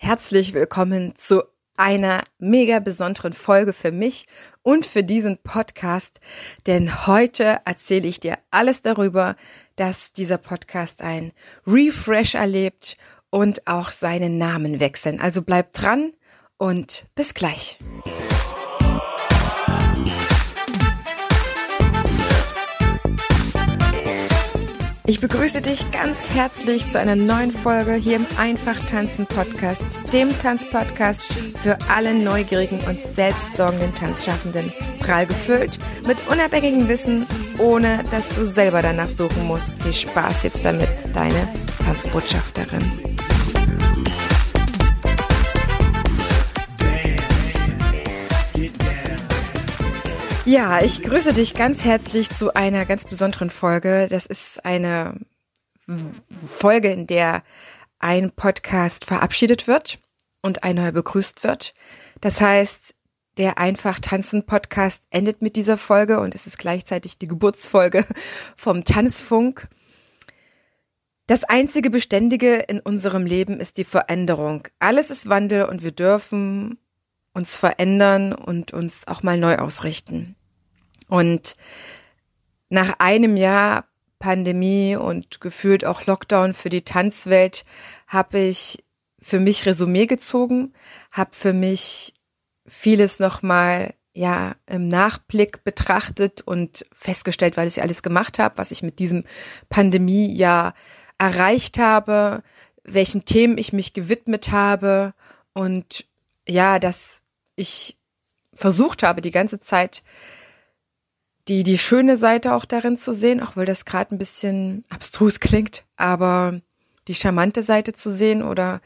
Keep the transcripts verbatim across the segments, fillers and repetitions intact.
Herzlich willkommen zu einer mega besonderen Folge für mich und für diesen Podcast, denn heute erzähle ich dir alles darüber, dass dieser Podcast ein Refresh erlebt und auch seinen Namen wechseln. Also bleib dran und bis gleich. Ich begrüße dich ganz herzlich zu einer neuen Folge hier im Einfach Tanzen Podcast, dem Tanzpodcast für alle neugierigen und selbstsorgenden Tanzschaffenden. Prall gefüllt mit unabhängigem Wissen, ohne dass du selber danach suchen musst. Viel Spaß jetzt damit, deine Tanzbotschafterin. Ja, ich grüße dich ganz herzlich zu einer ganz besonderen Folge. Das ist eine Folge, in der ein Podcast verabschiedet wird und ein neuer begrüßt wird. Das heißt, der Einfach Tanzen Podcast endet mit dieser Folge und es ist gleichzeitig die Geburtsfolge vom Tanzfunk. Das einzige Beständige in unserem Leben ist die Veränderung. Alles ist Wandel und wir dürfen uns verändern und uns auch mal neu ausrichten. Und nach einem Jahr Pandemie und gefühlt auch Lockdown für die Tanzwelt habe ich für mich Resümee gezogen, habe für mich vieles nochmal ja im Nachblick betrachtet und festgestellt, weil ich alles gemacht habe, was ich mit diesem Pandemiejahr erreicht habe, welchen Themen ich mich gewidmet habe und ja, dass ich versucht habe, die ganze Zeit die die schöne Seite auch darin zu sehen, auch weil das gerade ein bisschen abstrus klingt, aber die charmante Seite zu sehen oder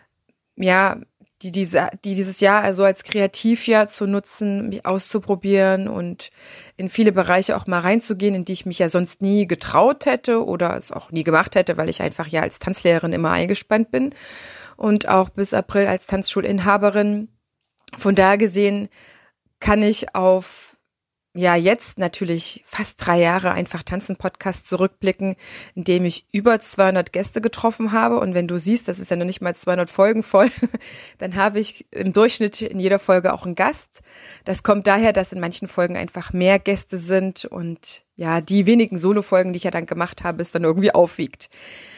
ja, die, diese, die dieses Jahr also als Kreativjahr zu nutzen, mich auszuprobieren und in viele Bereiche auch mal reinzugehen, in die ich mich ja sonst nie getraut hätte oder es auch nie gemacht hätte, weil ich einfach ja als Tanzlehrerin immer eingespannt bin und auch bis April als Tanzschulinhaberin. Von daher gesehen kann ich auf, ja jetzt natürlich fast drei Jahre Einfach Tanzen Podcast zurückblicken, in dem ich über zweihundert Gäste getroffen habe. Und wenn du siehst, das ist ja noch nicht mal zweihundert Folgen voll, dann habe ich im Durchschnitt in jeder Folge auch einen Gast. Das kommt daher, dass in manchen Folgen einfach mehr Gäste sind und ja, die wenigen Solo-Folgen, die ich ja dann gemacht habe, es dann irgendwie aufwiegt.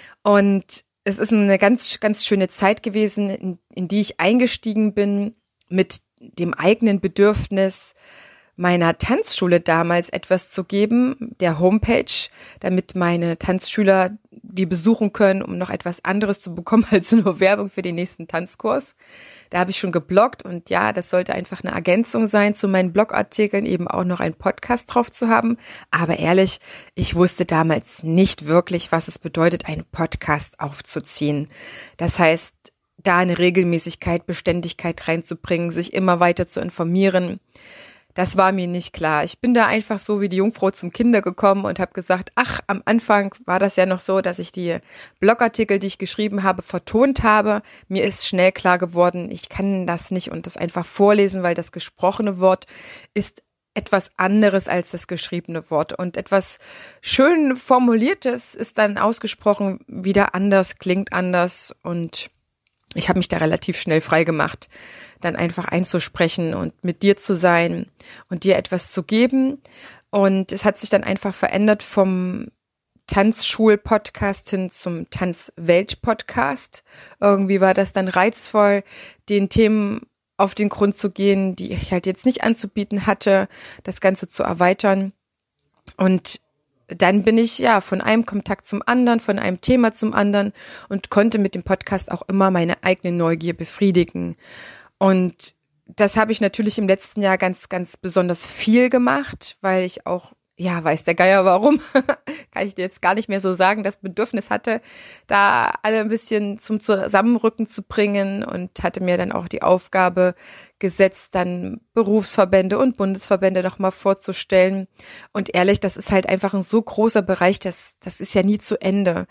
Und es ist eine ganz, ganz schöne Zeit gewesen, in, in die ich eingestiegen bin, mit dem eigenen Bedürfnis, meiner Tanzschule damals etwas zu geben, der Homepage, damit meine Tanzschüler die besuchen können, um noch etwas anderes zu bekommen als nur Werbung für den nächsten Tanzkurs. Da habe ich schon gebloggt und ja, das sollte einfach eine Ergänzung sein zu meinen Blogartikeln, eben auch noch einen Podcast drauf zu haben. Aber ehrlich, ich wusste damals nicht wirklich, was es bedeutet, einen Podcast aufzuziehen. Das heißt, da eine Regelmäßigkeit, Beständigkeit reinzubringen, sich immer weiter zu informieren, das war mir nicht klar. Ich bin da einfach so wie die Jungfrau zum Kinder gekommen und habe gesagt, ach, am Anfang war das ja noch so, dass ich die Blogartikel, die ich geschrieben habe, vertont habe. Mir ist schnell klar geworden, ich kann das nicht und das einfach vorlesen, weil das gesprochene Wort ist etwas anderes als das geschriebene Wort. Und etwas schön Formuliertes ist dann ausgesprochen wieder anders, klingt anders und ich habe mich da relativ schnell frei gemacht, dann einfach einzusprechen und mit dir zu sein und dir etwas zu geben. Und es hat sich dann einfach verändert vom Tanzschul-Podcast hin zum Tanzwelt-Podcast. Irgendwie war das dann reizvoll, den Themen auf den Grund zu gehen, die ich halt jetzt nicht anzubieten hatte, das Ganze zu erweitern. Und dann bin ich ja von einem Kontakt zum anderen, von einem Thema zum anderen und konnte mit dem Podcast auch immer meine eigene Neugier befriedigen. Und das habe ich natürlich im letzten Jahr ganz, ganz besonders viel gemacht, weil ich auch, ja, weiß der Geier warum, kann ich dir jetzt gar nicht mehr so sagen, das Bedürfnis hatte, da alle ein bisschen zum Zusammenrücken zu bringen und hatte mir dann auch die Aufgabe gesetzt, dann Berufsverbände und Bundesverbände nochmal vorzustellen. Und ehrlich, das ist halt einfach ein so großer Bereich, das, das ist ja nie zu Ende.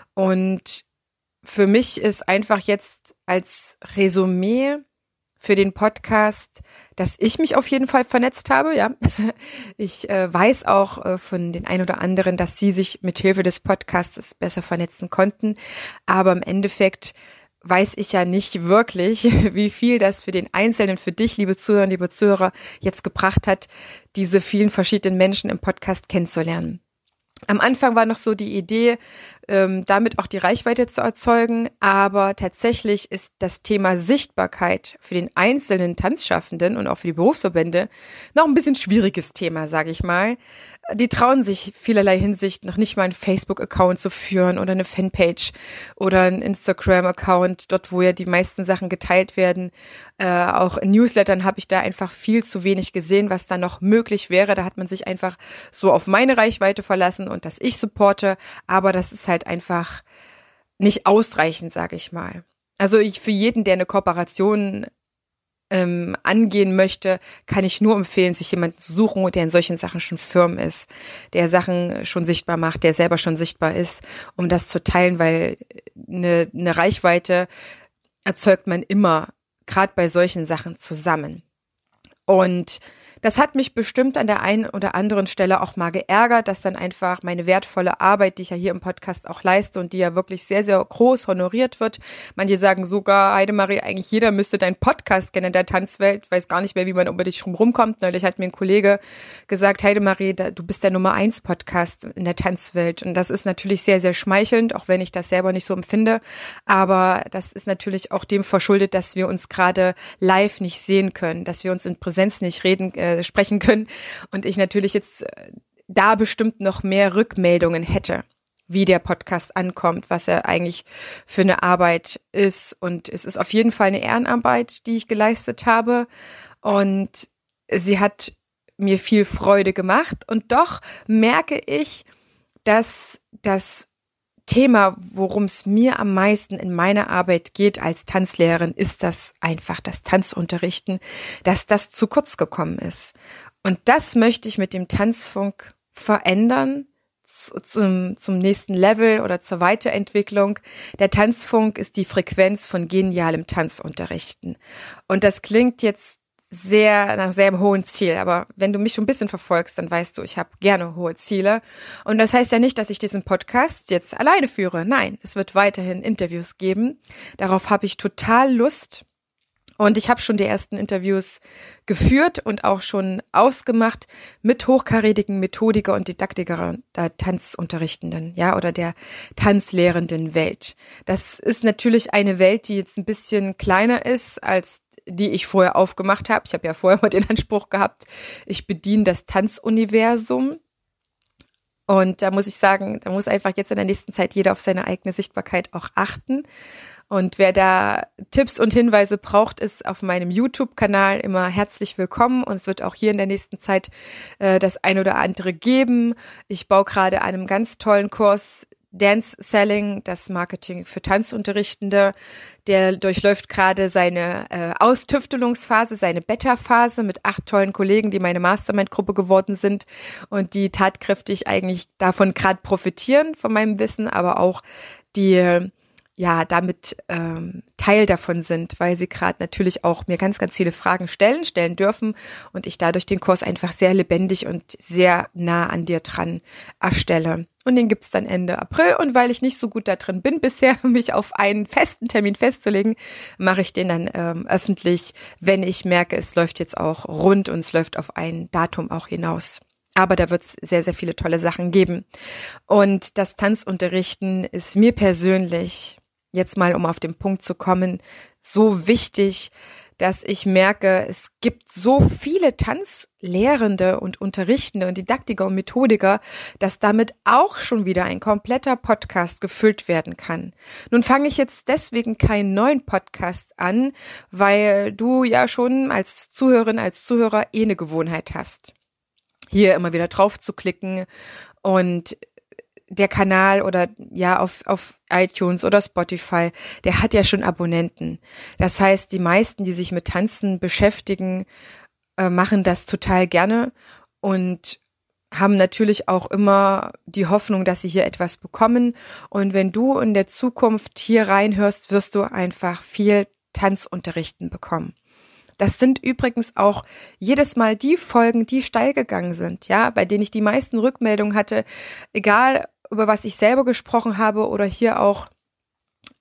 Und für mich ist einfach jetzt als Resümee für den Podcast, dass ich mich auf jeden Fall vernetzt habe, ja. Ich äh, weiß auch äh, von den ein oder anderen, dass sie sich mit Hilfe des Podcasts besser vernetzen konnten. Aber im Endeffekt weiß ich ja nicht wirklich, wie viel das für den Einzelnen, für dich, liebe Zuhörer, liebe Zuhörer, jetzt gebracht hat, diese vielen verschiedenen Menschen im Podcast kennenzulernen. Am Anfang war noch so die Idee, ähm, damit auch die Reichweite zu erzeugen, aber tatsächlich ist das Thema Sichtbarkeit für den einzelnen Tanzschaffenden und auch für die Berufsverbände noch ein bisschen schwieriges Thema, sage ich mal. Die trauen sich vielerlei Hinsicht noch nicht mal einen Facebook-Account zu führen oder eine Fanpage oder einen Instagram-Account, dort wo ja die meisten Sachen geteilt werden. Äh, auch in Newslettern habe ich da einfach viel zu wenig gesehen, was da noch möglich wäre. Da hat man sich einfach so auf meine Reichweite verlassen und dass ich supporte, aber das ist halt einfach nicht ausreichend, sage ich mal. Also ich für jeden, der eine Kooperation ähm, angehen möchte, kann ich nur empfehlen, sich jemanden zu suchen, der in solchen Sachen schon firm ist, der Sachen schon sichtbar macht, der selber schon sichtbar ist, um das zu teilen, weil eine, eine Reichweite erzeugt man immer, gerade bei solchen Sachen zusammen. Und das hat mich bestimmt an der einen oder anderen Stelle auch mal geärgert, dass dann einfach meine wertvolle Arbeit, die ich ja hier im Podcast auch leiste und die ja wirklich sehr, sehr groß honoriert wird. Manche sagen sogar, Heidemarie, eigentlich jeder müsste deinen Podcast kennen in der Tanzwelt. Weiß gar nicht mehr, wie man über dich rumkommt. Neulich hat mir ein Kollege gesagt, Heidemarie, du bist der Nummer eins Podcast in der Tanzwelt. Und das ist natürlich sehr, sehr schmeichelnd, auch wenn ich das selber nicht so empfinde. Aber das ist natürlich auch dem verschuldet, dass wir uns gerade live nicht sehen können, dass wir uns in Präsenz nicht reden äh, sprechen können und ich natürlich jetzt da bestimmt noch mehr Rückmeldungen hätte, wie der Podcast ankommt, was er eigentlich für eine Arbeit ist, und es ist auf jeden Fall eine Ehrenarbeit, die ich geleistet habe, und sie hat mir viel Freude gemacht, und doch merke ich, dass das Thema, worum es mir am meisten in meiner Arbeit geht als Tanzlehrerin, ist das einfach das Tanzunterrichten, dass das zu kurz gekommen ist. Und das möchte ich mit dem Tanzfunk verändern, zum, zum nächsten Level oder zur Weiterentwicklung. Der Tanzfunk ist die Frequenz von genialem Tanzunterrichten. Und das klingt jetzt sehr nach sehr hohen Ziel, aber wenn du mich schon ein bisschen verfolgst, dann weißt du, ich habe gerne hohe Ziele, und das heißt ja nicht, dass ich diesen Podcast jetzt alleine führe. Nein, es wird weiterhin Interviews geben. Darauf habe ich total Lust, und ich habe schon die ersten Interviews geführt und auch schon ausgemacht mit hochkarätigen Methodiker und Didaktiker der Tanzunterrichtenden, ja, oder der tanzlehrenden Welt. Das ist natürlich eine Welt, die jetzt ein bisschen kleiner ist als die ich vorher aufgemacht habe. Ich habe ja vorher mal den Anspruch gehabt, ich bediene das Tanzuniversum. Und da muss ich sagen, da muss einfach jetzt in der nächsten Zeit jeder auf seine eigene Sichtbarkeit auch achten. Und wer da Tipps und Hinweise braucht, ist auf meinem YouTube-Kanal immer herzlich willkommen. Und es wird auch hier in der nächsten Zeit äh, das ein oder andere geben. Ich baue gerade an einem ganz tollen Kurs Dance Selling, das Marketing für Tanzunterrichtende. Der durchläuft gerade seine äh, Austüftelungsphase, seine Beta-Phase mit acht tollen Kollegen, die meine Mastermind-Gruppe geworden sind und die tatkräftig eigentlich davon gerade profitieren, von meinem Wissen, aber auch die ja damit ähm, Teil davon sind, weil sie gerade natürlich auch mir ganz, ganz viele Fragen stellen, stellen dürfen und ich dadurch den Kurs einfach sehr lebendig und sehr nah an dir dran erstelle. Und den gibt's dann Ende April, und weil ich nicht so gut da drin bin bisher, mich auf einen festen Termin festzulegen, mache ich den dann ähm, öffentlich, wenn ich merke, es läuft jetzt auch rund und es läuft auf ein Datum auch hinaus. Aber da wird es sehr, sehr viele tolle Sachen geben. Und das Tanzunterrichten ist mir persönlich, jetzt mal um auf den Punkt zu kommen, so wichtig, dass ich merke, es gibt so viele Tanzlehrende und Unterrichtende und Didaktiker und Methodiker, dass damit auch schon wieder ein kompletter Podcast gefüllt werden kann. Nun fange ich jetzt deswegen keinen neuen Podcast an, weil du ja schon als Zuhörerin, als Zuhörer eh eine Gewohnheit hast, hier immer wieder drauf zu klicken, und der Kanal oder ja auf auf iTunes oder Spotify, der hat ja schon Abonnenten. Das heißt, die meisten, die sich mit Tanzen beschäftigen, äh, machen das total gerne und haben natürlich auch immer die Hoffnung, dass sie hier etwas bekommen. Und wenn du in der Zukunft hier reinhörst, wirst du einfach viel Tanzunterrichten bekommen. Das sind übrigens auch jedes Mal die Folgen, die steil gegangen sind, ja, bei denen ich die meisten Rückmeldungen hatte, egal über was ich selber gesprochen habe oder hier auch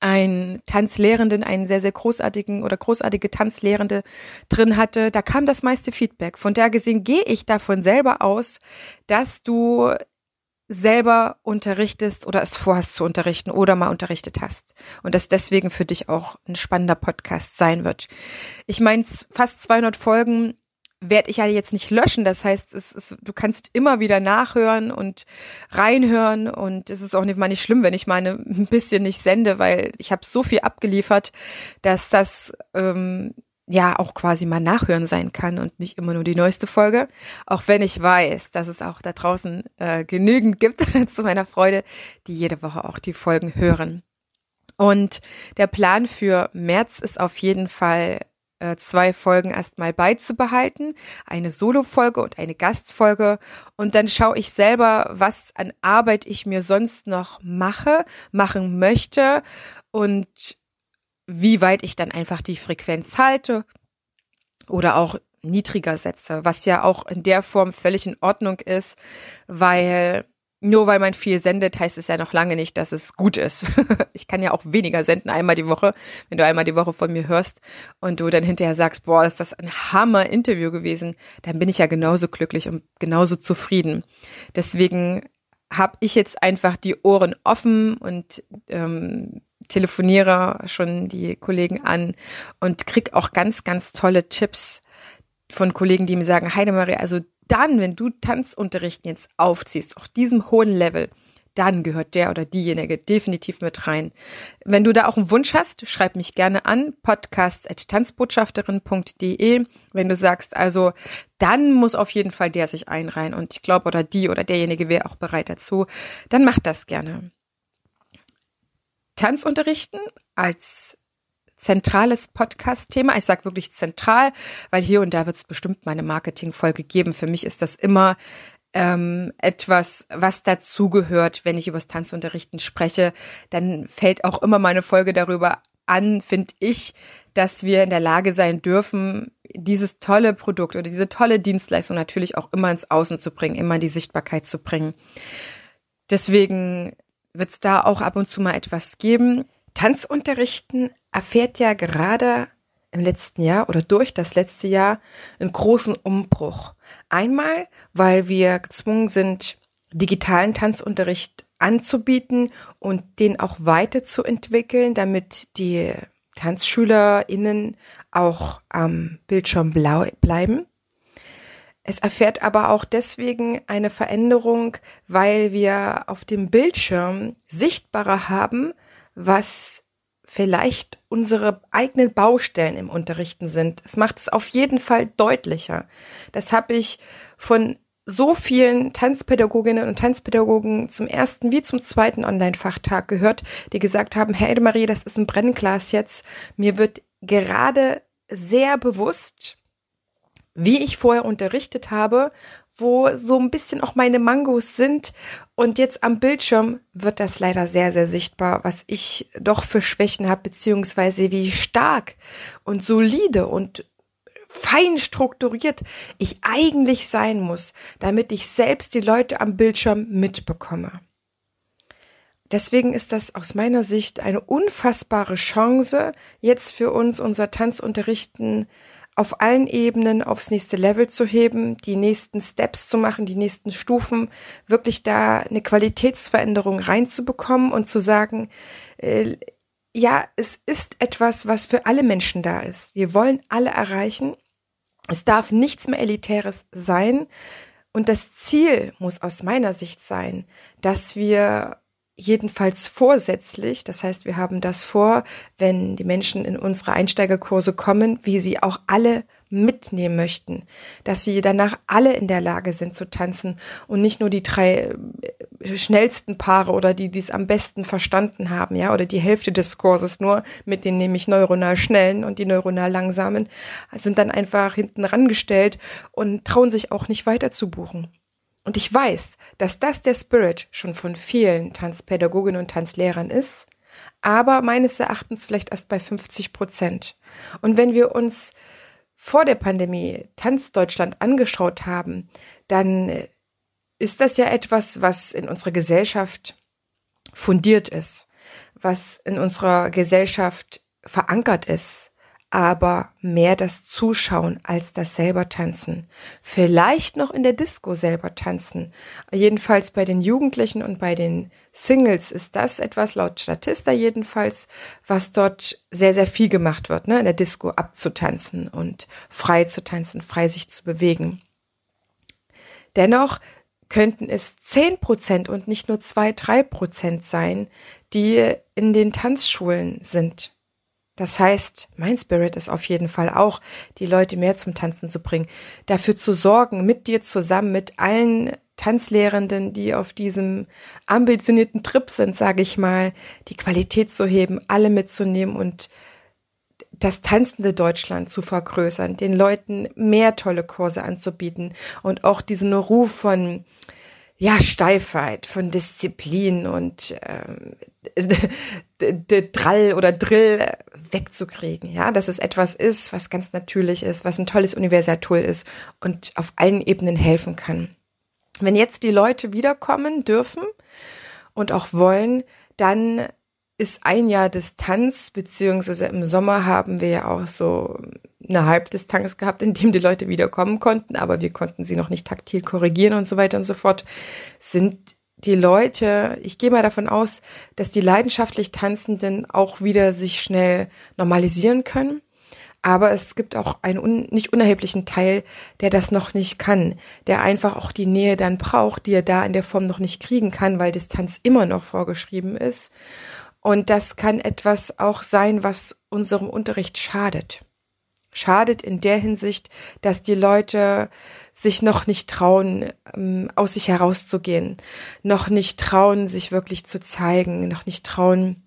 einen Tanzlehrenden, einen sehr, sehr großartigen oder großartige Tanzlehrende drin hatte, da kam das meiste Feedback. Von daher gesehen gehe ich davon selber aus, dass du selber unterrichtest oder es vorhast zu unterrichten oder mal unterrichtet hast. Und das deswegen für dich auch ein spannender Podcast sein wird. Ich meine, fast zweihundert Folgen werde ich ja jetzt nicht löschen. Das heißt, es ist, du kannst immer wieder nachhören und reinhören und es ist auch nicht mal nicht schlimm, wenn ich meine ein bisschen nicht sende, weil ich habe so viel abgeliefert, dass das ähm, ja auch quasi mal nachhören sein kann und nicht immer nur die neueste Folge. Auch wenn ich weiß, dass es auch da draußen äh, genügend gibt zu meiner Freude, die jede Woche auch die Folgen hören. Und der Plan für März ist auf jeden Fall, äh, zwei Folgen erstmal beizubehalten. Eine Solo-Folge und eine Gastfolge. Und dann schaue ich selber, was an Arbeit ich mir sonst noch mache, machen möchte und wie weit ich dann einfach die Frequenz halte oder auch niedriger setze, was ja auch in der Form völlig in Ordnung ist, weil nur weil man viel sendet, heißt es ja noch lange nicht, dass es gut ist. Ich kann ja auch weniger senden, einmal die Woche, wenn du einmal die Woche von mir hörst und du dann hinterher sagst, boah, ist das ein Hammer-Interview gewesen, dann bin ich ja genauso glücklich und genauso zufrieden. Deswegen habe ich jetzt einfach die Ohren offen und ähm, telefoniere schon die Kollegen an und krieg auch ganz, ganz tolle Tipps von Kollegen, die mir sagen, Heidemarie, also dann, wenn du Tanzunterrichten jetzt aufziehst, auf diesem hohen Level, dann gehört der oder diejenige definitiv mit rein. Wenn du da auch einen Wunsch hast, schreib mich gerne an, podcast at tanzbotschafterin punkt de. Wenn du sagst, also dann muss auf jeden Fall der sich einreihen und ich glaube, oder die oder derjenige wäre auch bereit dazu, dann mach das gerne. Tanzunterrichten als zentrales Podcast-Thema. Ich sage wirklich zentral, weil hier und da wird es bestimmt mal eine Marketing-Folge geben. Für mich ist das immer ähm, etwas, was dazugehört, wenn ich über das Tanzunterrichten spreche. Dann fällt auch immer meine Folge darüber an, finde ich, dass wir in der Lage sein dürfen, dieses tolle Produkt oder diese tolle Dienstleistung natürlich auch immer ins Außen zu bringen, immer in die Sichtbarkeit zu bringen. Deswegen wird es da auch ab und zu mal etwas geben. Tanzunterrichten erfährt ja gerade im letzten Jahr oder durch das letzte Jahr einen großen Umbruch. Einmal, weil wir gezwungen sind, digitalen Tanzunterricht anzubieten und den auch weiterzuentwickeln, damit die TanzschülerInnen auch am Bildschirm blau bleiben. Es erfährt aber auch deswegen eine Veränderung, weil wir auf dem Bildschirm sichtbarer haben, was vielleicht unsere eigenen Baustellen im Unterrichten sind. Es macht es auf jeden Fall deutlicher. Das habe ich von so vielen Tanzpädagoginnen und Tanzpädagogen zum ersten wie zum zweiten Online-Fachtag gehört, die gesagt haben, Herr Heidemarie, das ist ein Brennglas jetzt. Mir wird gerade sehr bewusst, wie ich vorher unterrichtet habe, wo so ein bisschen auch meine Mangos sind. Und jetzt am Bildschirm wird das leider sehr, sehr sichtbar, was ich doch für Schwächen habe, beziehungsweise wie stark und solide und fein strukturiert ich eigentlich sein muss, damit ich selbst die Leute am Bildschirm mitbekomme. Deswegen ist das aus meiner Sicht eine unfassbare Chance, jetzt für uns unser Tanzunterrichten auf allen Ebenen aufs nächste Level zu heben, die nächsten Steps zu machen, die nächsten Stufen, wirklich da eine Qualitätsveränderung reinzubekommen und zu sagen, äh, ja, es ist etwas, was für alle Menschen da ist. Wir wollen alle erreichen. Es darf nichts mehr Elitäres sein. Und das Ziel muss aus meiner Sicht sein, dass wir jedenfalls vorsätzlich, das heißt, wir haben das vor, wenn die Menschen in unsere Einsteigerkurse kommen, wie sie auch alle mitnehmen möchten, dass sie danach alle in der Lage sind zu tanzen und nicht nur die drei schnellsten Paare oder die, die es am besten verstanden haben, ja, oder die Hälfte des Kurses nur, mit den nämlich neuronal schnellen und die neuronal langsamen, sind dann einfach hinten rangestellt und trauen sich auch nicht weiter zu buchen. Und ich weiß, dass das der Spirit schon von vielen Tanzpädagoginnen und Tanzlehrern ist, aber meines Erachtens vielleicht erst bei fünfzig Prozent. Und wenn wir uns vor der Pandemie Tanzdeutschland angeschaut haben, dann ist das ja etwas, was in unserer Gesellschaft fundiert ist. was in unserer Gesellschaft verankert ist, aber mehr das Zuschauen als das selber Tanzen. Vielleicht noch in der Disco selber tanzen. Jedenfalls bei den Jugendlichen und bei den Singles ist das etwas, laut Statista jedenfalls, was dort sehr, sehr viel gemacht wird, ne? In der Disco abzutanzen und frei zu tanzen, frei sich zu bewegen. Dennoch könnten es zehn Prozent und nicht nur zwei, drei Prozent sein, die in den Tanzschulen sind. Das heißt, mein Spirit ist auf jeden Fall auch, die Leute mehr zum Tanzen zu bringen, dafür zu sorgen, mit dir zusammen, mit allen Tanzlehrenden, die auf diesem ambitionierten Trip sind, sage ich mal, die Qualität zu heben, alle mitzunehmen und das tanzende Deutschland zu vergrößern, den Leuten mehr tolle Kurse anzubieten und auch diesen Ruf von ja, Steifheit, von Disziplin und ähm, Drall oder Drill wegzukriegen, ja, dass es etwas ist, was ganz natürlich ist, was ein tolles Universaltool ist und auf allen Ebenen helfen kann. Wenn jetzt die Leute wiederkommen dürfen und auch wollen, dann ist ein Jahr Distanz, beziehungsweise im Sommer haben wir ja auch so eine Halbdistanz gehabt, in dem die Leute wiederkommen konnten, aber wir konnten sie noch nicht taktil korrigieren und so weiter und so fort, sind die Leute, ich gehe mal davon aus, dass die leidenschaftlich Tanzenden auch wieder sich schnell normalisieren können. Aber es gibt auch einen un- nicht unerheblichen Teil, der das noch nicht kann, der einfach auch die Nähe dann braucht, die er da in der Form noch nicht kriegen kann, weil Distanz immer noch vorgeschrieben ist. Und das kann etwas auch sein, was unserem Unterricht schadet. Schadet in der Hinsicht, dass die Leute sich noch nicht trauen, aus sich herauszugehen, noch nicht trauen, sich wirklich zu zeigen, noch nicht trauen,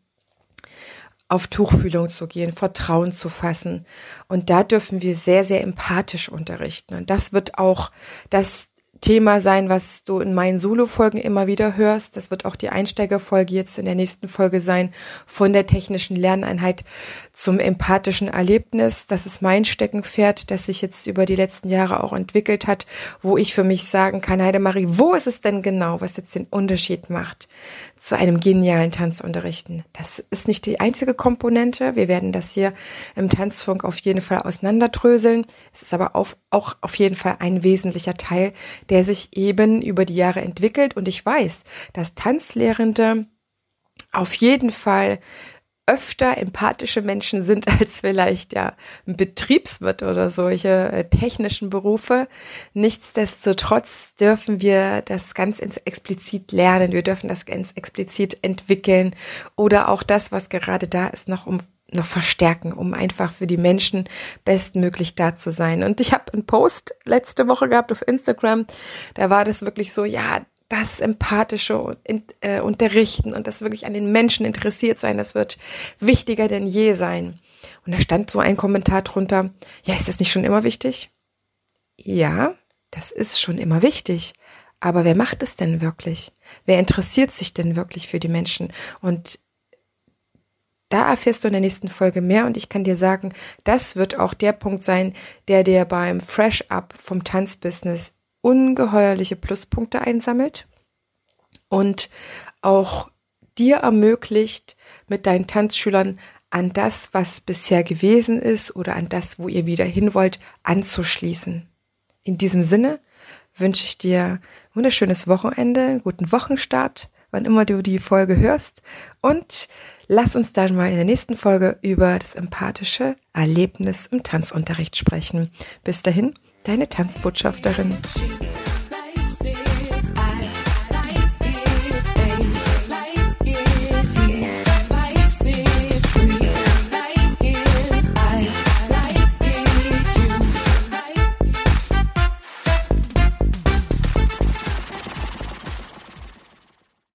auf Tuchfühlung zu gehen, Vertrauen zu fassen. Und da dürfen wir sehr, sehr empathisch unterrichten. Und das wird auch das Thema sein, was du in meinen Solo-Folgen immer wieder hörst. Das wird auch die Einsteigerfolge jetzt in der nächsten Folge sein, von der technischen Lerneinheit zum empathischen Erlebnis. Das ist mein Steckenpferd, das sich jetzt über die letzten Jahre auch entwickelt hat, wo ich für mich sagen kann, Heidemarie, wo ist es denn genau, was jetzt den Unterschied macht zu einem genialen Tanzunterrichten? Das ist nicht die einzige Komponente. Wir werden das hier im Tanzfunk auf jeden Fall auseinanderdröseln. Es ist aber auch, auch auf jeden Fall ein wesentlicher Teil, der sich eben über die Jahre entwickelt. Und ich weiß, dass Tanzlehrende auf jeden Fall öfter empathische Menschen sind als vielleicht ja ein Betriebswirt oder solche äh, technischen Berufe. Nichtsdestotrotz dürfen wir das ganz explizit lernen. Wir dürfen das ganz explizit entwickeln oder auch das, was gerade da ist, noch um noch verstärken, um einfach für die Menschen bestmöglich da zu sein. Und ich habe einen Post letzte Woche gehabt auf Instagram, da war das wirklich so, ja, das empathische äh, Unterrichten und das wirklich an den Menschen interessiert sein, das wird wichtiger denn je sein. Und da stand so ein Kommentar drunter, ja, ist das nicht schon immer wichtig? Ja, das ist schon immer wichtig. Aber wer macht es denn wirklich? Wer interessiert sich denn wirklich für die Menschen? Und da erfährst du in der nächsten Folge mehr und ich kann dir sagen, das wird auch der Punkt sein, der dir beim Fresh-Up vom Tanzbusiness ungeheuerliche Pluspunkte einsammelt und auch dir ermöglicht, mit deinen Tanzschülern an das, was bisher gewesen ist oder an das, wo ihr wieder hin wollt, anzuschließen. In diesem Sinne wünsche ich dir ein wunderschönes Wochenende, einen guten Wochenstart, wann immer du die Folge hörst und lass uns dann mal in der nächsten Folge über das empathische Erlebnis im Tanzunterricht sprechen. Bis dahin, deine Tanzbotschafterin.